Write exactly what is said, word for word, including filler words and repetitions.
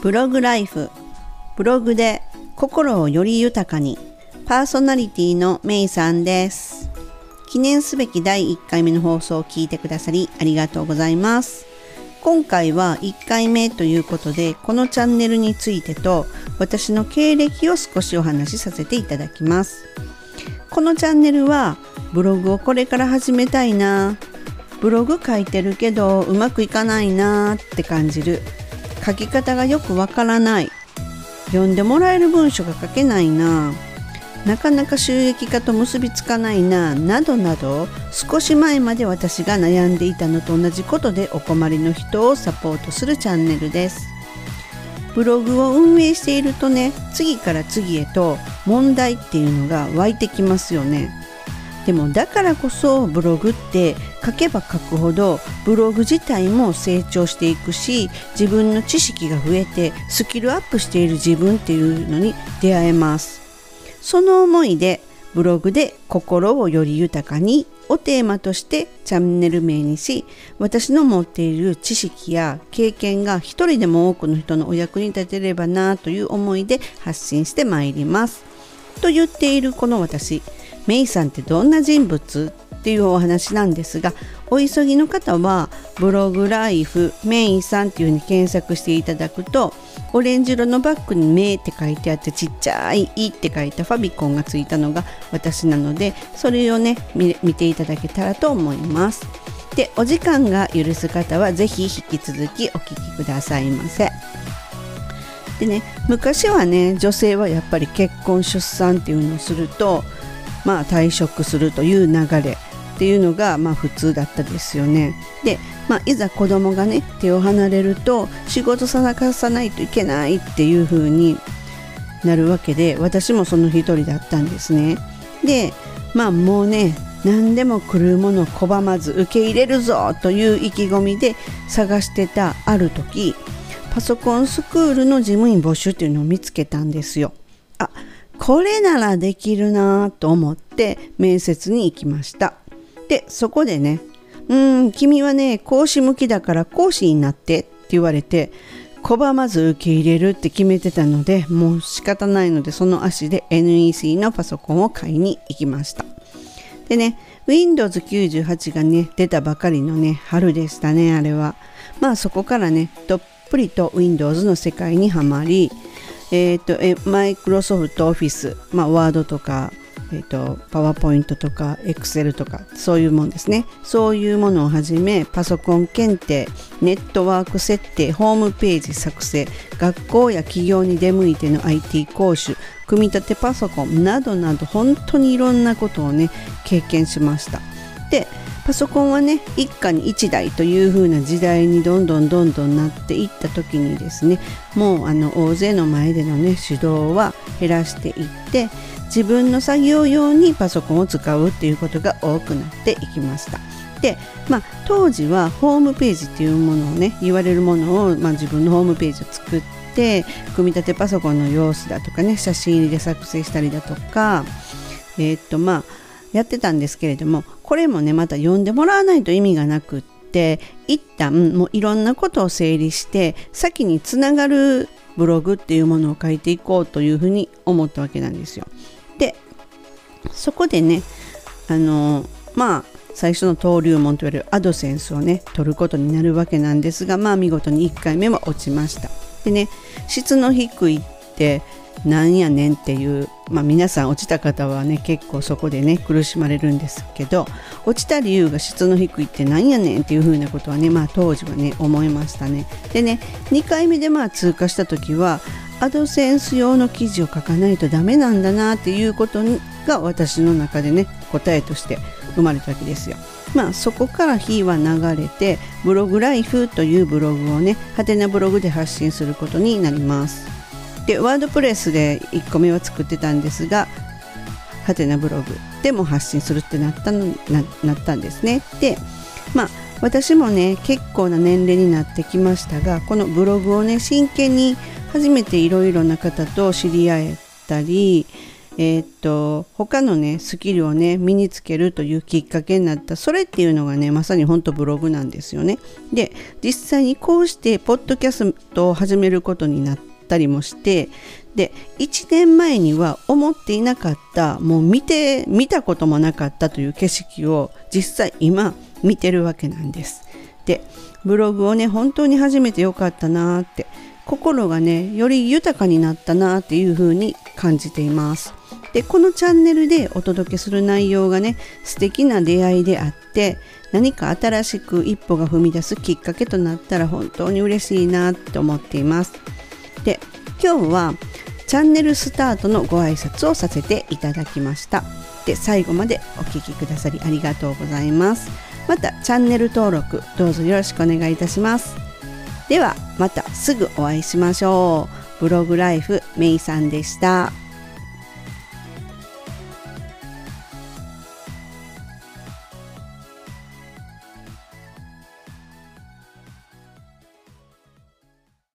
ブログライフ、ブログで心をより豊かに、パーソナリティのメイさんです。記念すべきだいいっかいめの放送を聞いてくださりありがとうございます。今回はいっかいめということで、このチャンネルについてと私の経歴を少しお話しさせていただきます。このチャンネルはブログをこれから始めたいな、ブログ書いてるけどうまくいかないなって感じる、書き方がよくわからない、読んでもらえる文章が書けないな、なかなか収益化と結びつかないな、などなど、少し前まで私が悩んでいたのと同じことでお困りの人をサポートするチャンネルです。ブログを運営しているとね、次から次へと問題っていうのが湧いてきますよね。でもだからこそブログって書けば書くほどブログ自体も成長していくし、自分の知識が増えてスキルアップしている自分っていうのに出会えます。その思いでブログで心をより豊かにをテーマとしてチャンネル名にし、私の持っている知識や経験が一人でも多くの人のお役に立てればなという思いで発信してまいります。と言っているこの私、メイさんってどんな人物っていうお話なんですが、お急ぎの方はブログライフメイさんっていう風に検索していただくと、オレンジ色のバッグにメイって書いてあって、ちっちゃいいって書いたファビコンがついたのが私なので、それをね 見, 見ていただけたらと思います。で、お時間が許す方はぜひ引き続きお聞きくださいませ。でね、昔はね、女性はやっぱり結婚出産っていうのをすると、まあ退職するという流れっていうのがまあ普通だったですよね。で、まあ、いざ子供がね手を離れると仕事探さないといけないっていう風になるわけで、私もその一人だったんですね。で、まあもうね、何でも来るもの拒まず受け入れるぞという意気込みで探してたある時、パソコンスクールの事務員募集っていうのを見つけたんですよ。あ、これならできるなと思って面接に行きました。で、そこでね、うーん、君はね、講師向きだから講師になってって言われて、拒まず受け入れるって決めてたので、もう仕方ないので、その足で エヌイーシー のパソコンを買いに行きました。でね、ウィンドウズきゅうじゅうはち がね、出たばかりのね、春でしたね、あれは。まあそこからね、どっぷりと Windows の世界にはまり、えーと、えマイクロソフトオフィス、まあ、ワードとか、えーと、パワーポイントとかエクセルとかそういうもんですね。そういうものをはじめ、パソコン検定、ネットワーク設定、ホームページ作成、学校や企業に出向いての アイティー 講習、組み立てパソコンなどなど、本当にいろんなことをね経験しました。で、パソコンはね、一家に一台という風な時代にどんどんどんどんなっていった時にですね、もうあの大勢の前でのね指導は減らしていって、自分の作業用にパソコンを使うっていうことが多くなっていきました。で、まあ当時はホームページっていうものをね、言われるものを、まあ、自分のホームページを作って、組み立てパソコンの様子だとかね、写真入りで作成したりだとか、えー、っとまあやってたんですけれども、これもねまた読んでもらわないと意味がなくって、一旦もういろんなことを整理して先につながるブログっていうものを書いていこうというふうに思ったわけなんですよ。で、そこでね、あのまあ最初の登竜門と言われるアドセンスをね取ることになるわけなんですが、まあ見事にいっかいめは落ちました。でね、質の低いってなんやねんっていう、まあ、皆さん落ちた方はね結構そこでね苦しまれるんですけど、落ちた理由が質の低いってなんやねんっていう風なことはね、まあ当時はね思いましたね。でね、にかいめでまあ通過した時は、アドセンス用の記事を書かないとダメなんだなっていうことが私の中でね答えとして生まれたわけですよ。まあそこから日は流れて、ブログライフというブログをね、ハテナブログで発信することになります。で、ワードプレスでいっこめは作ってたんですが、ハテナブログでも発信するってなったの な, なったんですね。で、まあ私もね結構な年齢になってきましたが、このブログをね真剣に初めていろいろな方と知り合えたり、 えーっと他のねスキルをね身につけるというきっかけになった、それっていうのがねまさに本当ブログなんですよね。で実際にこうしてポッドキャストを始めることになったりもして、でいちねんまえには思っていなかった、もう見て見たこともなかったという景色を実際今見てるわけなんです。でブログをね本当に始めてよかったなーって、心がねより豊かになったなっていう風に感じています。でこのチャンネルでお届けする内容がね素敵な出会いであって、何か新しく一歩が踏み出すきっかけとなったら本当に嬉しいなって思っています。で今日はチャンネルスタートのご挨拶をさせていただきました。で最後までお聞きくださりありがとうございます。またチャンネル登録どうぞよろしくお願いいたします。ではまたすぐお会いしましょう。ブログライフメイさんでした。